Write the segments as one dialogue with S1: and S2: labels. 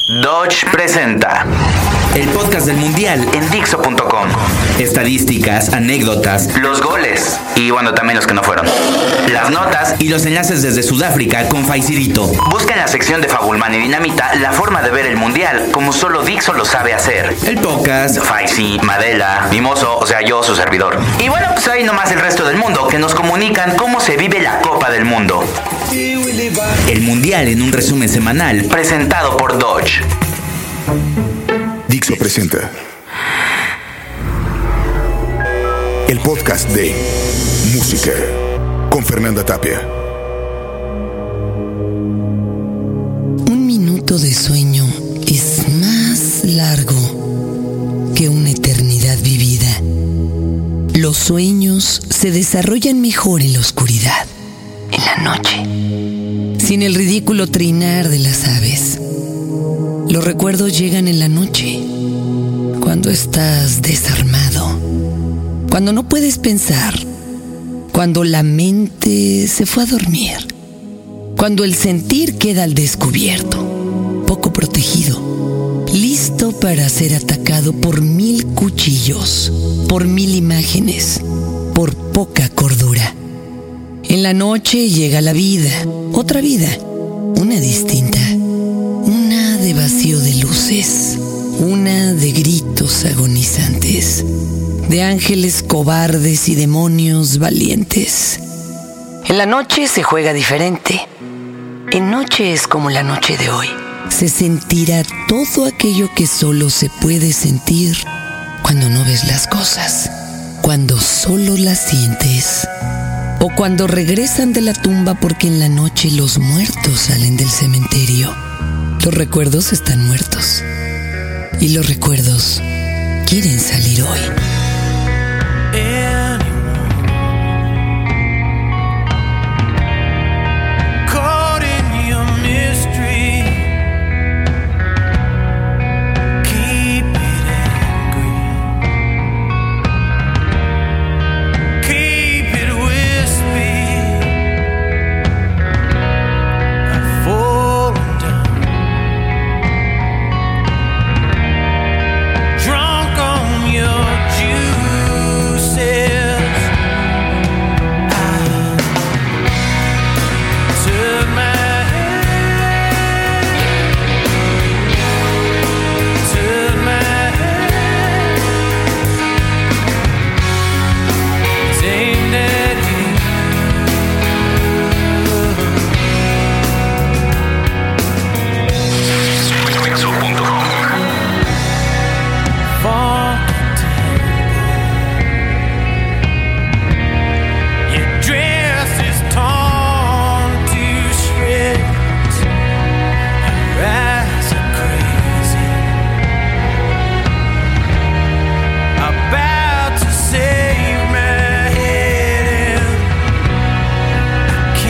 S1: Dodge presenta
S2: el podcast del Mundial
S1: en Dixo.com.
S2: Estadísticas, anécdotas,
S1: Los goles y bueno, también los que no fueron. Las notas
S2: y los enlaces desde Sudáfrica con Faisirito.
S1: Busca en la sección de Fabulman y Dinamita la forma de ver el Mundial como solo Dixo lo sabe hacer.
S2: El podcast,
S1: Faisi, Madela, Mimoso, o sea yo, su servidor. Y bueno, pues ahí nomás el resto del mundo que nos comunican cómo se vive la Copa del Mundo.
S2: El Mundial en un resumen semanal
S1: presentado por Dodge.
S3: Dixo presenta el podcast de Música con Fernanda Tapia.
S4: Un minuto de sueño es más largo que una eternidad vivida. Los sueños se desarrollan mejor en la oscuridad, en la noche, sin el ridículo trinar de las aves. Los recuerdos llegan en la noche, cuando estás desarmado, cuando no puedes pensar, cuando la mente se fue a dormir, cuando el sentir queda al descubierto, poco protegido, listo para ser atacado por 1000 cuchillos, por 1000 imágenes, por poca cordura. En la noche llega la vida, otra vida, una distinta. Una de vacío de luces, una de gritos agonizantes, de ángeles cobardes y demonios valientes. En la noche se juega diferente. En noche es como la noche de hoy. Se sentirá todo aquello que solo se puede sentir cuando no ves las cosas, cuando solo las sientes, o cuando regresan de la tumba porque en la noche los muertos salen del cementerio. Los recuerdos están muertos y los recuerdos quieren salir hoy.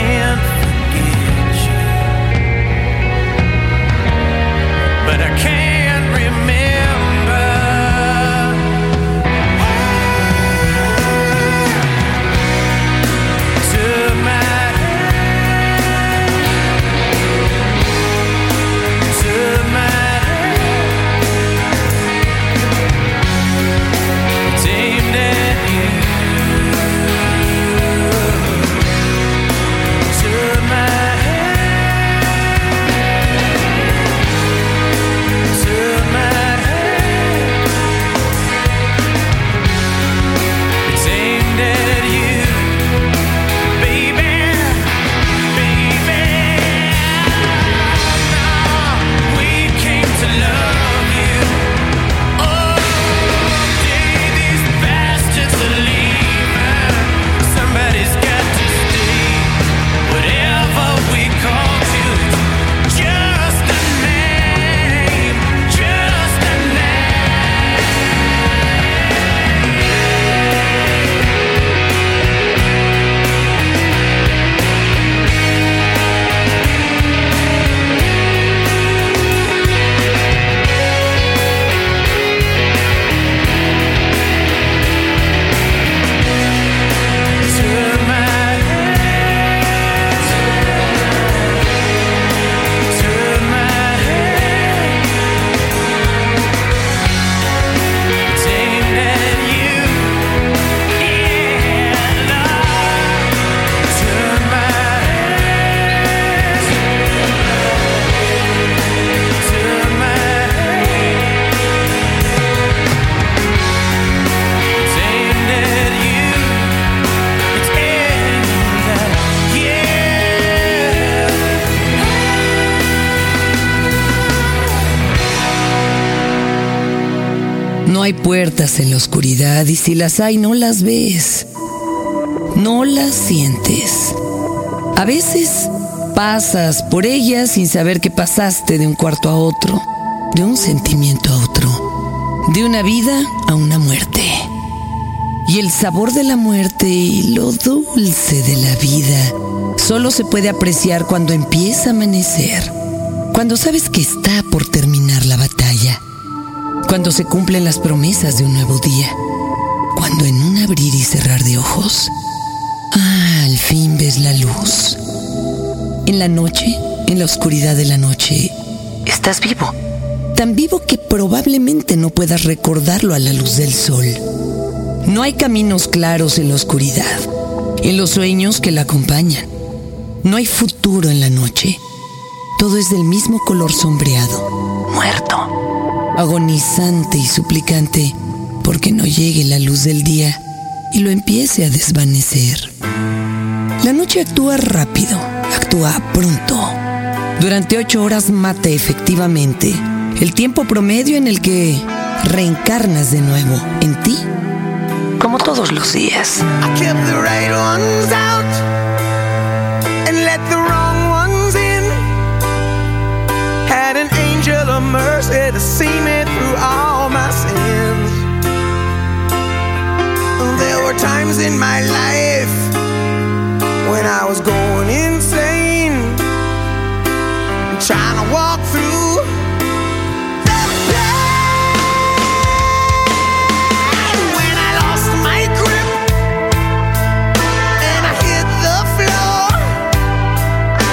S5: But I can't
S4: No hay puertas en la oscuridad y si las hay no las ves, no las sientes. A veces pasas por ellas sin saber que pasaste de un cuarto a otro, de un sentimiento a otro, de una vida a una muerte. Y el sabor de la muerte y lo dulce de la vida solo se puede apreciar cuando empieza a amanecer, cuando sabes que está por terminar la batalla, cuando se cumplen las promesas de un nuevo día, cuando en un abrir y cerrar de ojos, al fin ves la luz. En la noche, en la oscuridad de la noche, estás vivo. Tan vivo que probablemente no puedas recordarlo a la luz del sol. No hay caminos claros en la oscuridad, en los sueños que la acompañan. No hay futuro en la noche. Todo es del mismo color sombreado, muerto, agonizante y suplicante porque no llegue la luz del día y lo empiece a desvanecer. La noche actúa rápido, actúa pronto. Durante 8 horas mata efectivamente el tiempo promedio en el que reencarnas de nuevo en ti, como todos los días.
S5: I kept the right ones out and let the wrong ones in. Had an angel of mercy to see me through all my sins. There were times in my life when I was going insane, trying to walk through the pain. When I lost my grip and I hit the floor,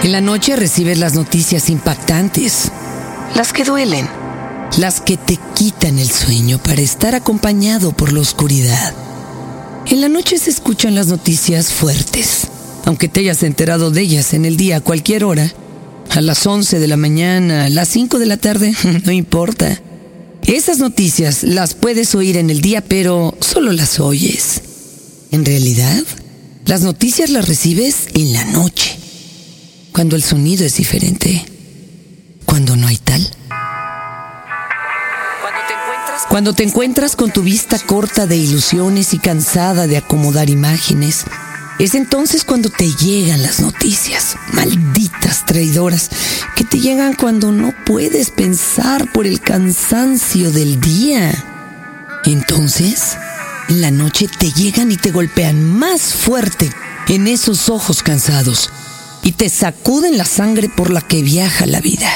S4: En la noche recibes las noticias impactantes, las que duelen, las que te quitan el sueño para estar acompañado por la oscuridad. En la noche se escuchan las noticias fuertes, aunque te hayas enterado de ellas en el día a cualquier hora, a las 11 de la mañana, a las 5 de la tarde, no importa. Esas noticias las puedes oír en el día, pero solo las oyes. En realidad, las noticias las recibes en la noche, cuando el sonido es diferente, cuando no hay tal. Cuando te encuentras con tu vista corta de ilusiones y cansada de acomodar imágenes, es entonces cuando te llegan las noticias, malditas traidoras, que te llegan cuando no puedes pensar por el cansancio del día. Entonces, en la noche te llegan y te golpean más fuerte en esos ojos cansados y te sacuden la sangre por la que viaja la vida.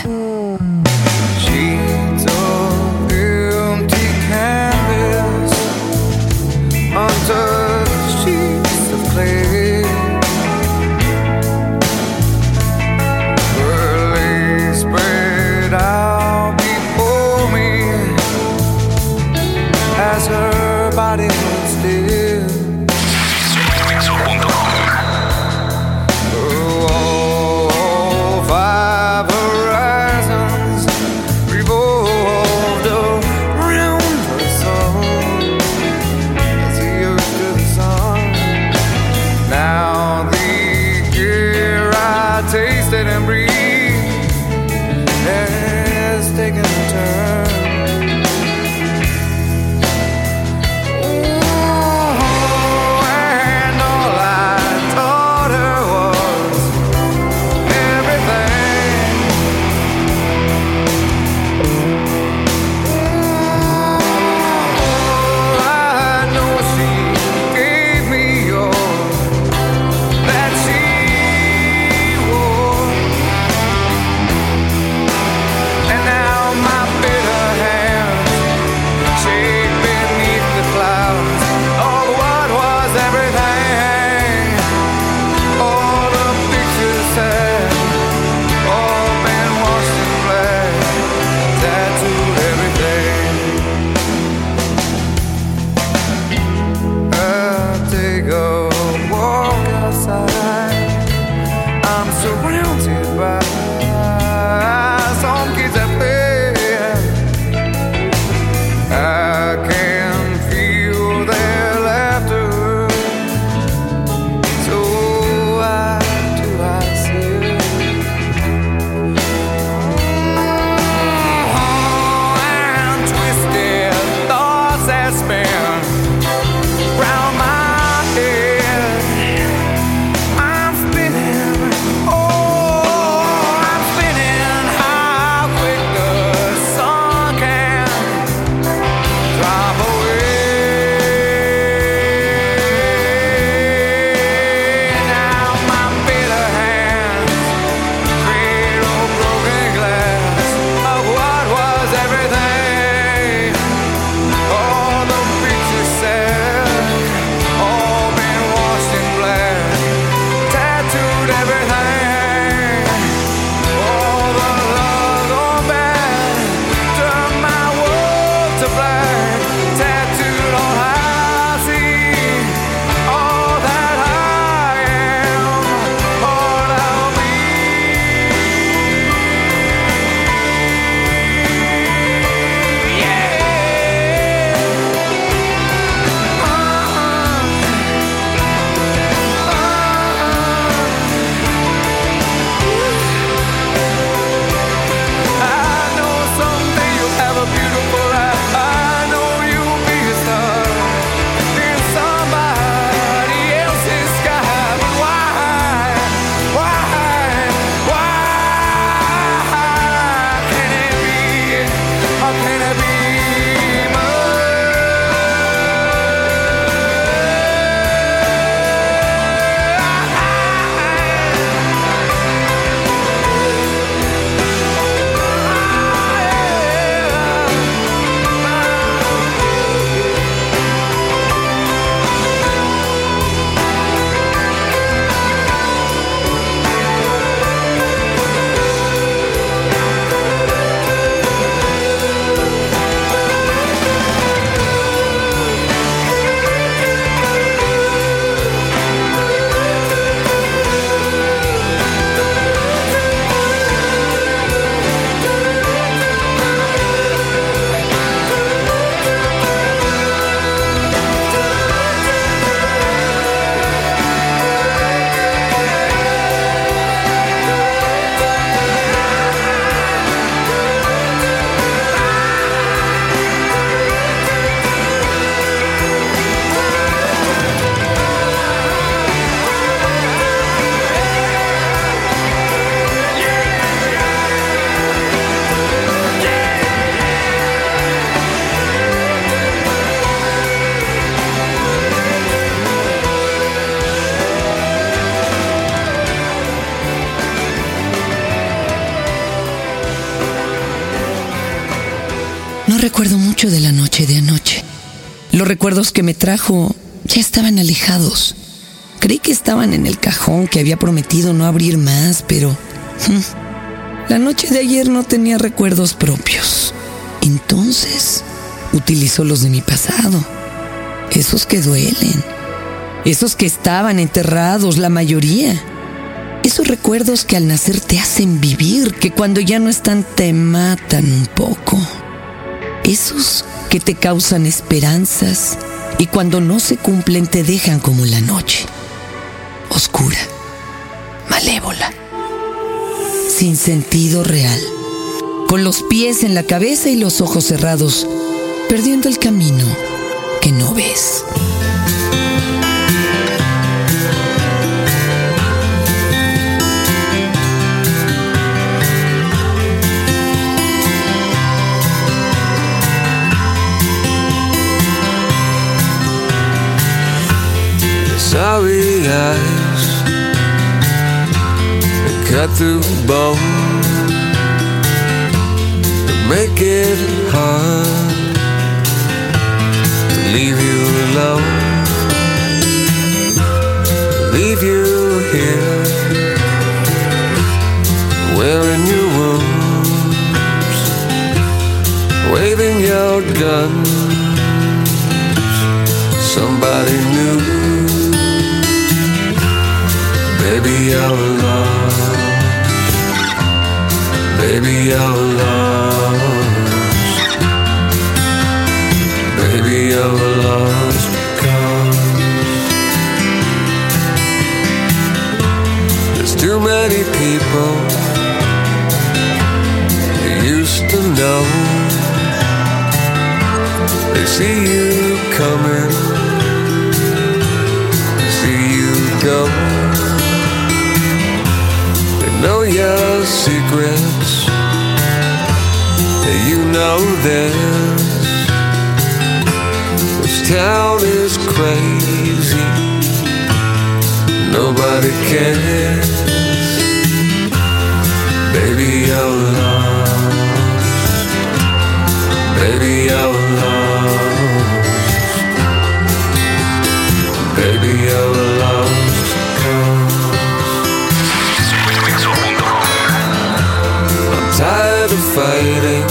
S5: Taking a turn. Ooh.
S4: noche de anoche. Los recuerdos que me trajo ya estaban alejados. Creí que estaban en el cajón, que había prometido no abrir más, pero la noche de ayer no tenía recuerdos propios. Entonces, utilizó los de mi pasado. Esos que duelen. Esos que estaban enterrados, la mayoría. Esos recuerdos que al nacer te hacen vivir, que cuando ya no están te matan un poco. Esos que te causan esperanzas y cuando no se cumplen te dejan como la noche. Oscura, malévola, sin sentido real, con los pies en la cabeza y los ojos cerrados, perdiendo el camino que no ves.
S6: Sorry eyes that cut through bone, that make it hard to leave you alone, leave you here, wearing your wounds, waving your gun. Somebody new. Baby, you're lost. Baby, you're lost. Baby, you're lost because there's too many people you used to know. They see you coming, see you go. Know your secrets, you know this. This town is crazy, nobody cares. Baby, you're lost. Baby, you're lost. Baby, you're lost. Tired of fighting,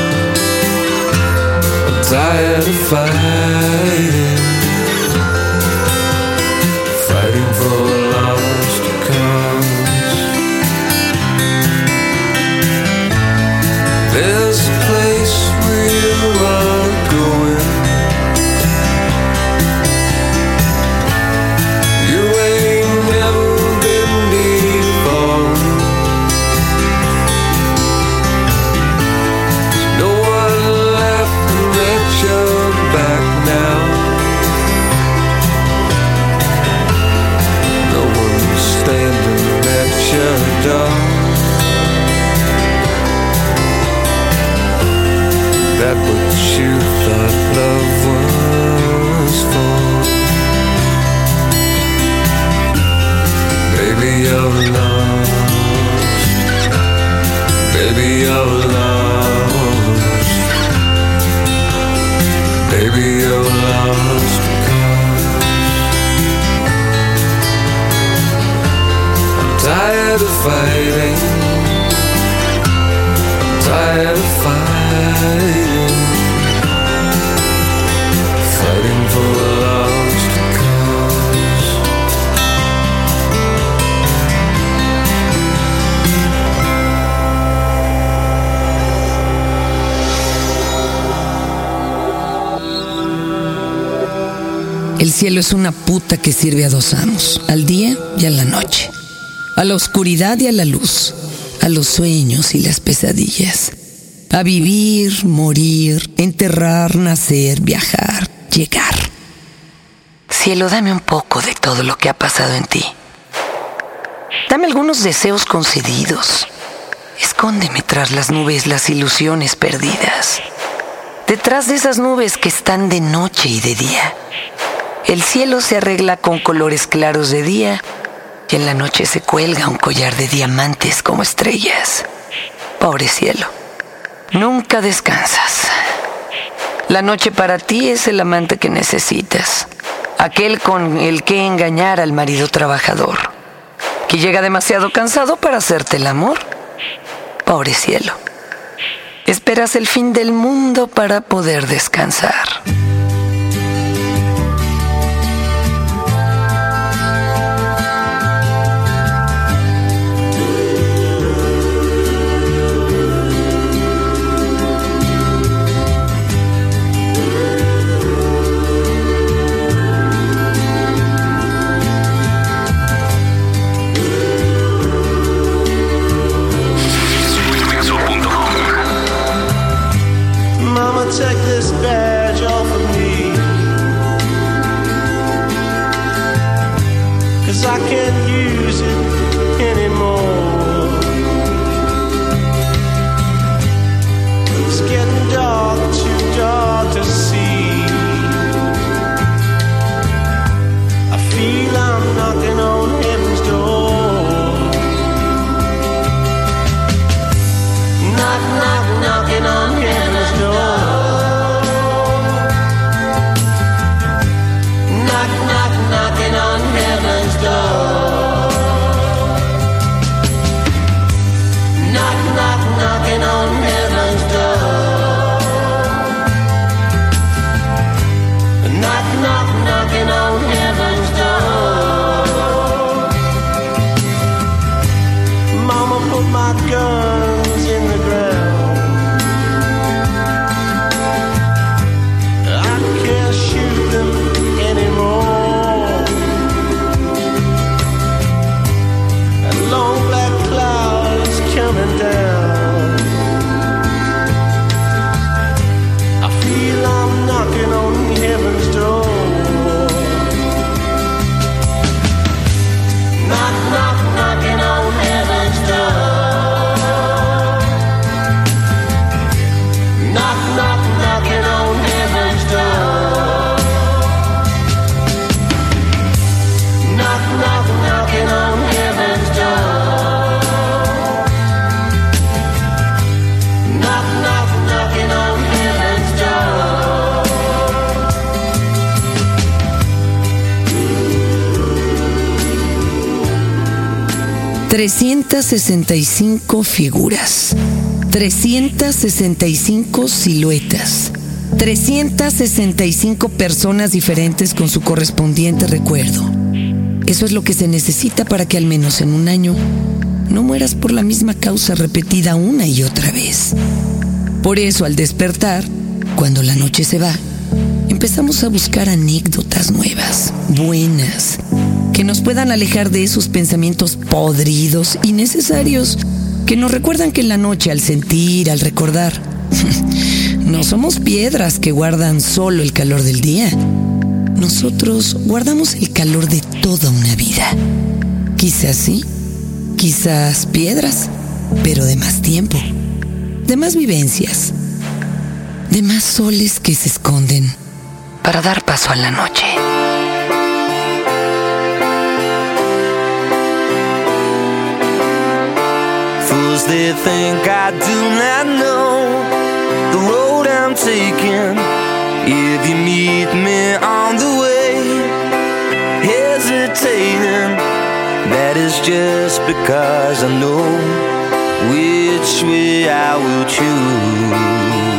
S6: I'm tired of fighting, fighting for a lost cause. There's a place where you are going, you ain't never been before. That what you thought love was for. Baby, you're lost. Baby, you're lost. Baby, you're lost because I'm tired of fighting. I'm tired of fighting. Fighting for a lost cause.
S4: El cielo es una puta que sirve a dos amos, al día y a la noche, a la oscuridad y a la luz, a los sueños y las pesadillas, a vivir, morir, enterrar, nacer, viajar, llegar. Cielo, dame un poco de todo lo que ha pasado en ti. Dame algunos deseos concedidos. Escóndeme tras las nubes las ilusiones perdidas. Detrás de esas nubes que están de noche y de día. El cielo se arregla con colores claros de día y en la noche se cuelga un collar de diamantes como estrellas. Pobre cielo, nunca descansas. La noche para ti es el amante que necesitas, aquel con el que engañar al marido trabajador, que llega demasiado cansado para hacerte el amor. Pobre cielo. Esperas el fin del mundo para poder descansar.
S7: Take this badge off of me, 'cause I can't use it anymore. It's getting dark, too dark to see. I feel I'm knocking on heaven's door. Knock, knock, knocking on heaven's door. Knocking on heaven's door. Knock, knock, knocking on heaven's door. Knock, knock, knocking on heaven's door. Mama put my guns in the ground. I can't shoot them anymore. Long black clouds coming down. I feel I'm knocking on heaven's door. Knock, knock, knocking on heaven's door. Knock, knock, knocking on heaven's door. Knock, knock, knocking on heaven's door. Knock, knock, knocking on heaven's door.
S4: 365 figuras, 365 siluetas, 365 personas diferentes con su correspondiente recuerdo. Eso es lo que se necesita para que al menos en un año no mueras por la misma causa repetida una y otra vez. Por eso, al despertar, cuando la noche se va, empezamos a buscar anécdotas nuevas, buenas, que nos puedan alejar de esos pensamientos podridos y necesarios que nos recuerdan que en la noche, al sentir, al recordar, no somos piedras que guardan solo el calor del día. Nosotros guardamos el calor de toda una vida. Quizás sí, quizás piedras, pero de más tiempo, de más vivencias, de más soles que se esconden para dar paso a la noche.
S6: Fools, they think I do not know the road I'm taking. If you meet me on the way, hesitating, that is just because I know which way I will choose.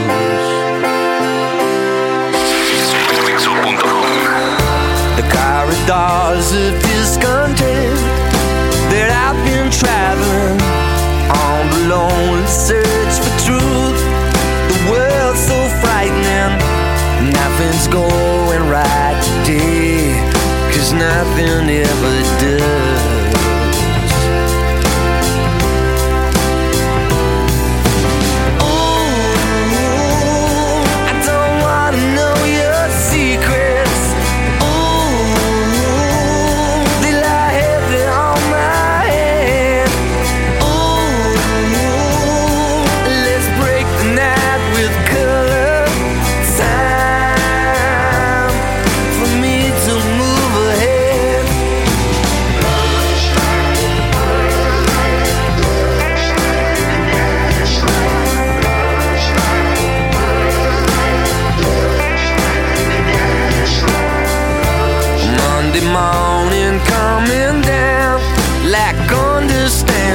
S6: The corridors of discontent that I've been traveling on the lonely search for truth. The world's so frightening, nothing's going right today, 'cause nothing ever does.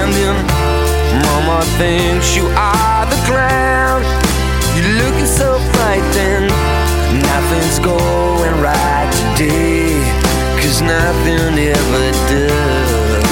S6: pretending. Mama thinks you are the clown. You're looking so frightened. Nothing's going right today, 'cause nothing ever does.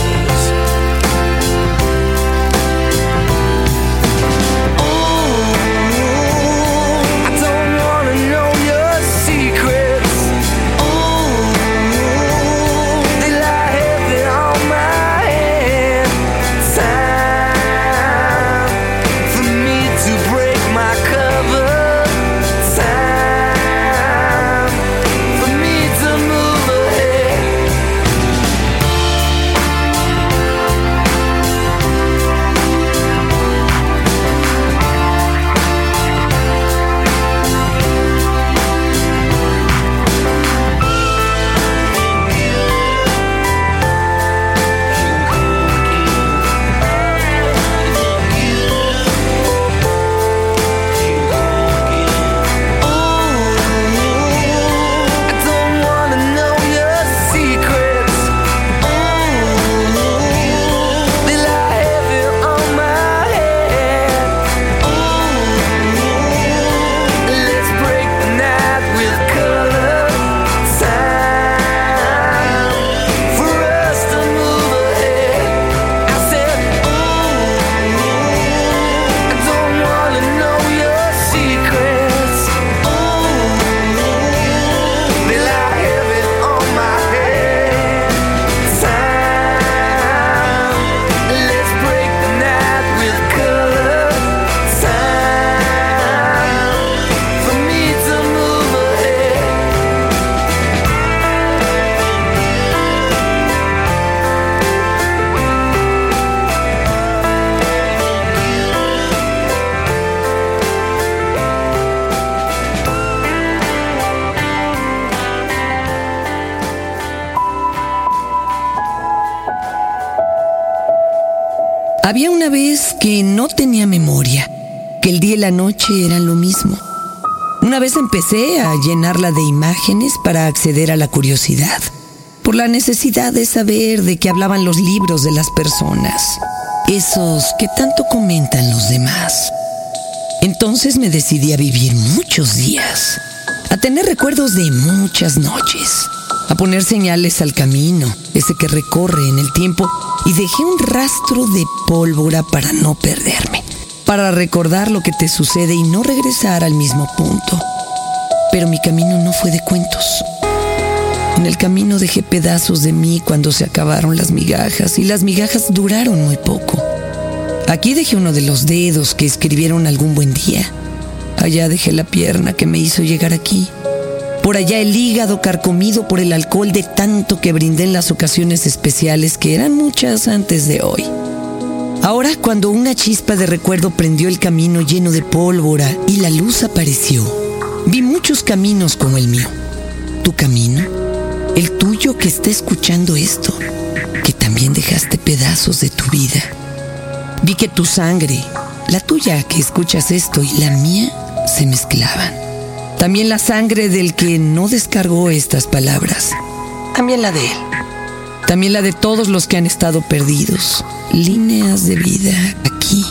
S4: Había una vez que no tenía memoria, que el día y la noche eran lo mismo. Una vez empecé a llenarla de imágenes para acceder a la curiosidad, por la necesidad de saber de qué hablaban los libros de las personas, esos que tanto comentan los demás. Entonces me decidí a vivir muchos días, a tener recuerdos de muchas noches, a poner señales al camino, ese que recorre en el tiempo, y dejé un rastro de pólvora para no perderme, para recordar lo que te sucede y no regresar al mismo punto. Pero mi camino no fue de cuentos. En el camino dejé pedazos de mí cuando se acabaron las migajas, y las migajas duraron muy poco. Aquí dejé uno de los dedos que escribieron algún buen día. Allá dejé la pierna que me hizo llegar aquí. Por allá el hígado carcomido por el alcohol de tanto que brindé en las ocasiones especiales, que eran muchas antes de hoy. Ahora, cuando una chispa de recuerdo prendió el camino lleno de pólvora y la luz apareció, vi muchos caminos como el mío. ¿Tu camino? El tuyo que está escuchando esto, que también dejaste pedazos de tu vida. Vi que tu sangre, la tuya que escuchas esto y la mía, se mezclaban. También la sangre del que no descargó estas palabras. También la de él. También la de todos los que han estado perdidos. Líneas de vida aquí.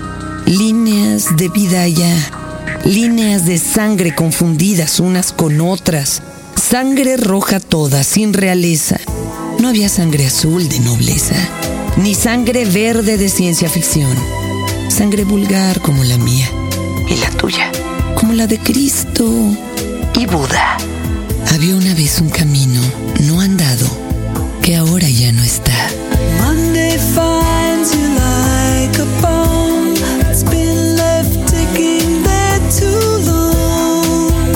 S4: Líneas de vida allá. Líneas de sangre confundidas unas con otras. Sangre roja toda, sin realeza. No había sangre azul de nobleza, ni sangre verde de ciencia ficción. Sangre vulgar como la mía. ¿Y la tuya? Como la de Cristo y Buda. Había una vez un camino no andado que ahora ya no está.
S8: Monday finds you like a bomb that's been left ticking there too long.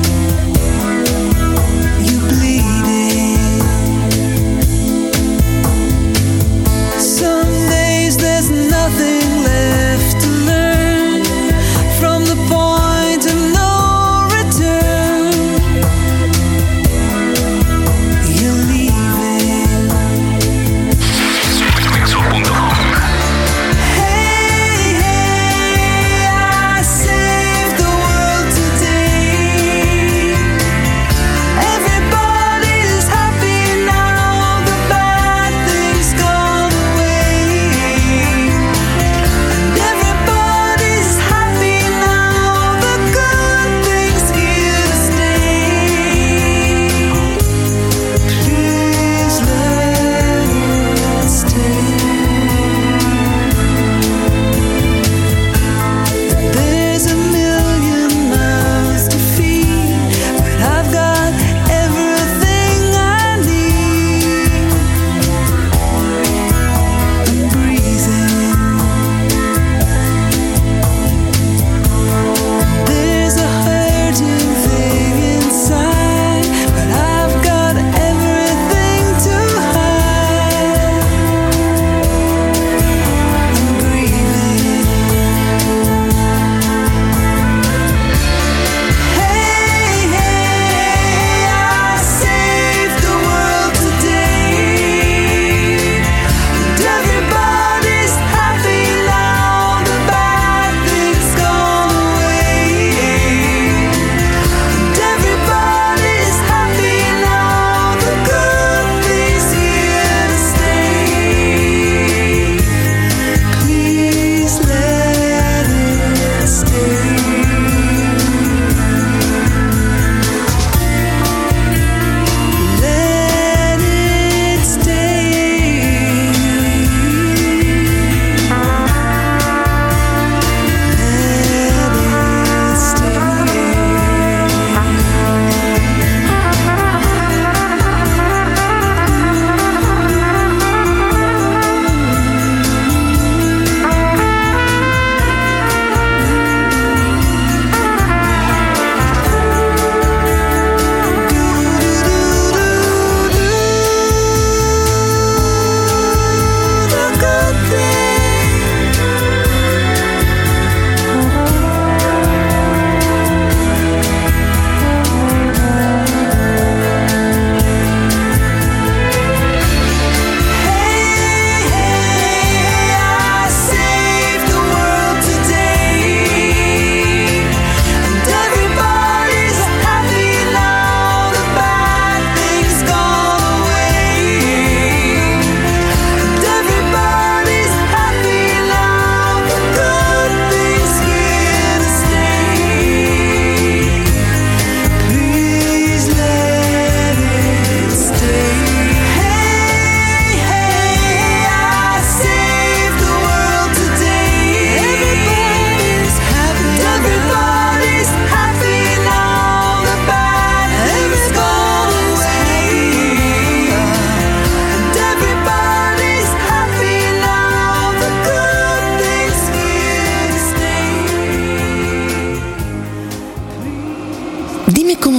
S8: You bleeding. Some days there's nothing left to learn from the point of no return. You're leaving.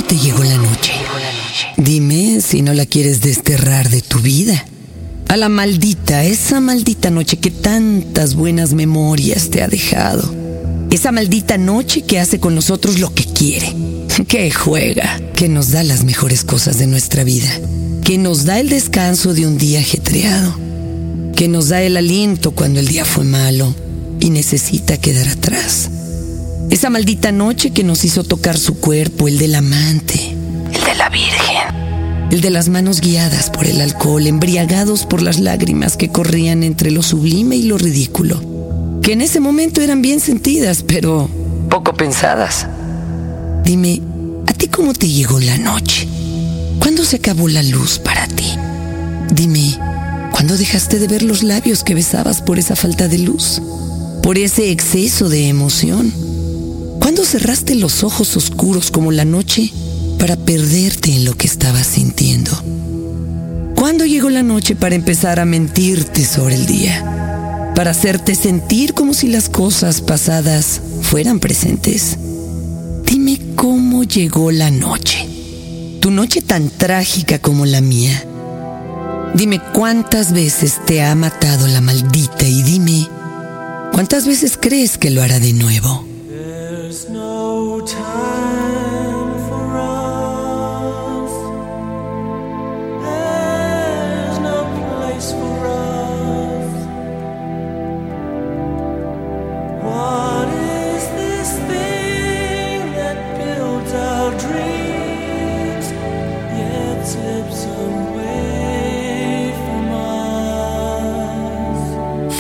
S4: te llegó la noche? Dime si no la quieres desterrar de tu vida. A la maldita, esa maldita noche que tantas buenas memorias te ha dejado. Esa maldita noche que hace con nosotros lo que quiere, que juega, que nos da las mejores cosas de nuestra vida, que nos da el descanso de un día ajetreado, que nos da el aliento cuando el día fue malo y necesita quedar atrás. Esa maldita noche que nos hizo tocar su cuerpo, el del amante, el de la Virgen, el de las manos guiadas por el alcohol, embriagados por las lágrimas que corrían entre lo sublime y lo ridículo, que en ese momento eran bien sentidas, pero poco pensadas. Dime, ¿a ti cómo te llegó la noche? ¿Cuándo se acabó la luz para ti? Dime, ¿cuándo dejaste de ver los labios que besabas por esa falta de luz? Por ese exceso de emoción. ¿Cuándo cerraste los ojos oscuros como la noche para perderte en lo que estabas sintiendo? ¿Cuándo llegó la noche para empezar a mentirte sobre el día? Para hacerte sentir como si las cosas pasadas fueran presentes. Dime cómo llegó la noche. Tu noche tan trágica como la mía. Dime cuántas veces te ha matado la maldita y dime cuántas veces crees que lo hará de nuevo.
S7: There's no time for us. There's no place for us. What is this thing that builds our dreams yet slips away from us?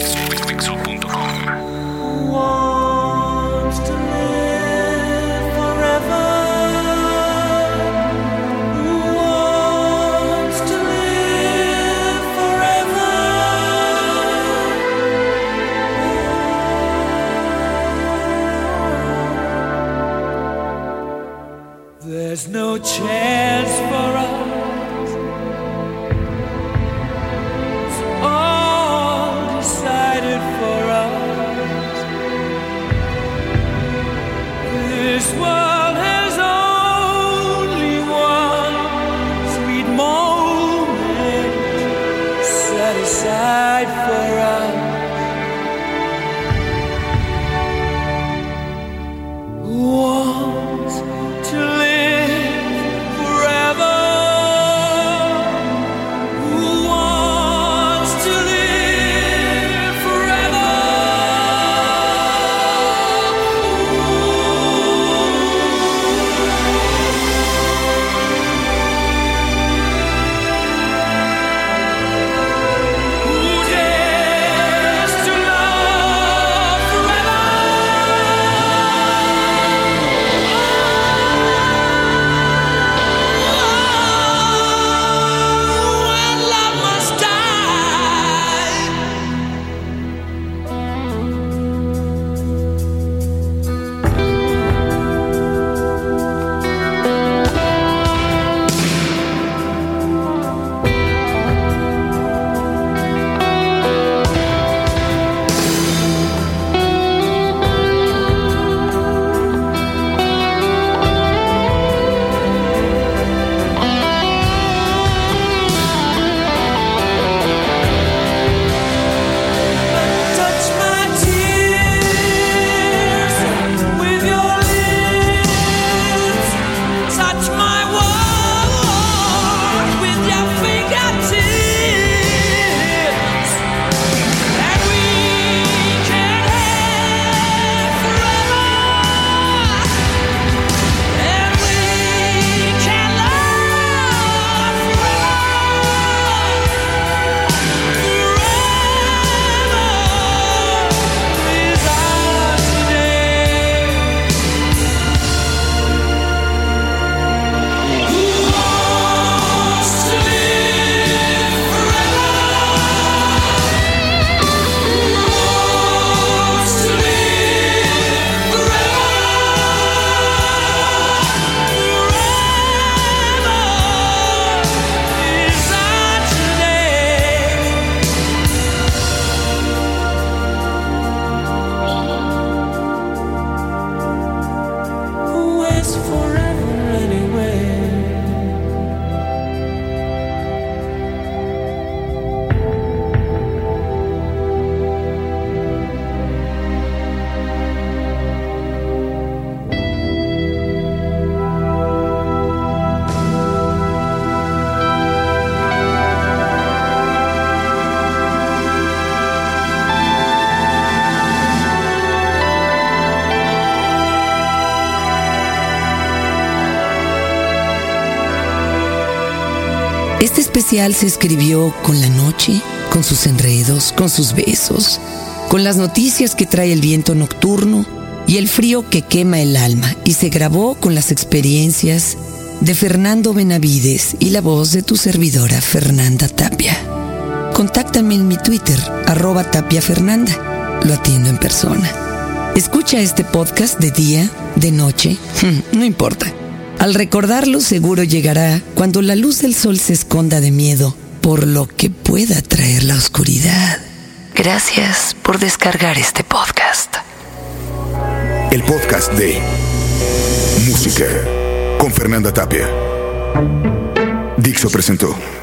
S7: Who wants to live forever? Who wants to live forever? There's no chance for us. It's all decided for us. This world has only one sweet moment set aside for us. Who wants to live forever?
S4: Este especial se escribió con la noche, con sus enredos, con sus besos, con las noticias que trae el viento nocturno y el frío que quema el alma, y se grabó con las experiencias de Fernando Benavides y la voz de tu servidora Fernanda Tapia. Contáctame en mi Twitter, @TapiaFernanda. Lo atiendo en persona. Escucha este podcast de día, de noche, no importa. Al recordarlo seguro llegará cuando la luz del sol se esconda de miedo por lo que pueda traer la oscuridad. Gracias por descargar este podcast.
S3: El podcast de Música con Fernanda Tapia. Dixo presentó.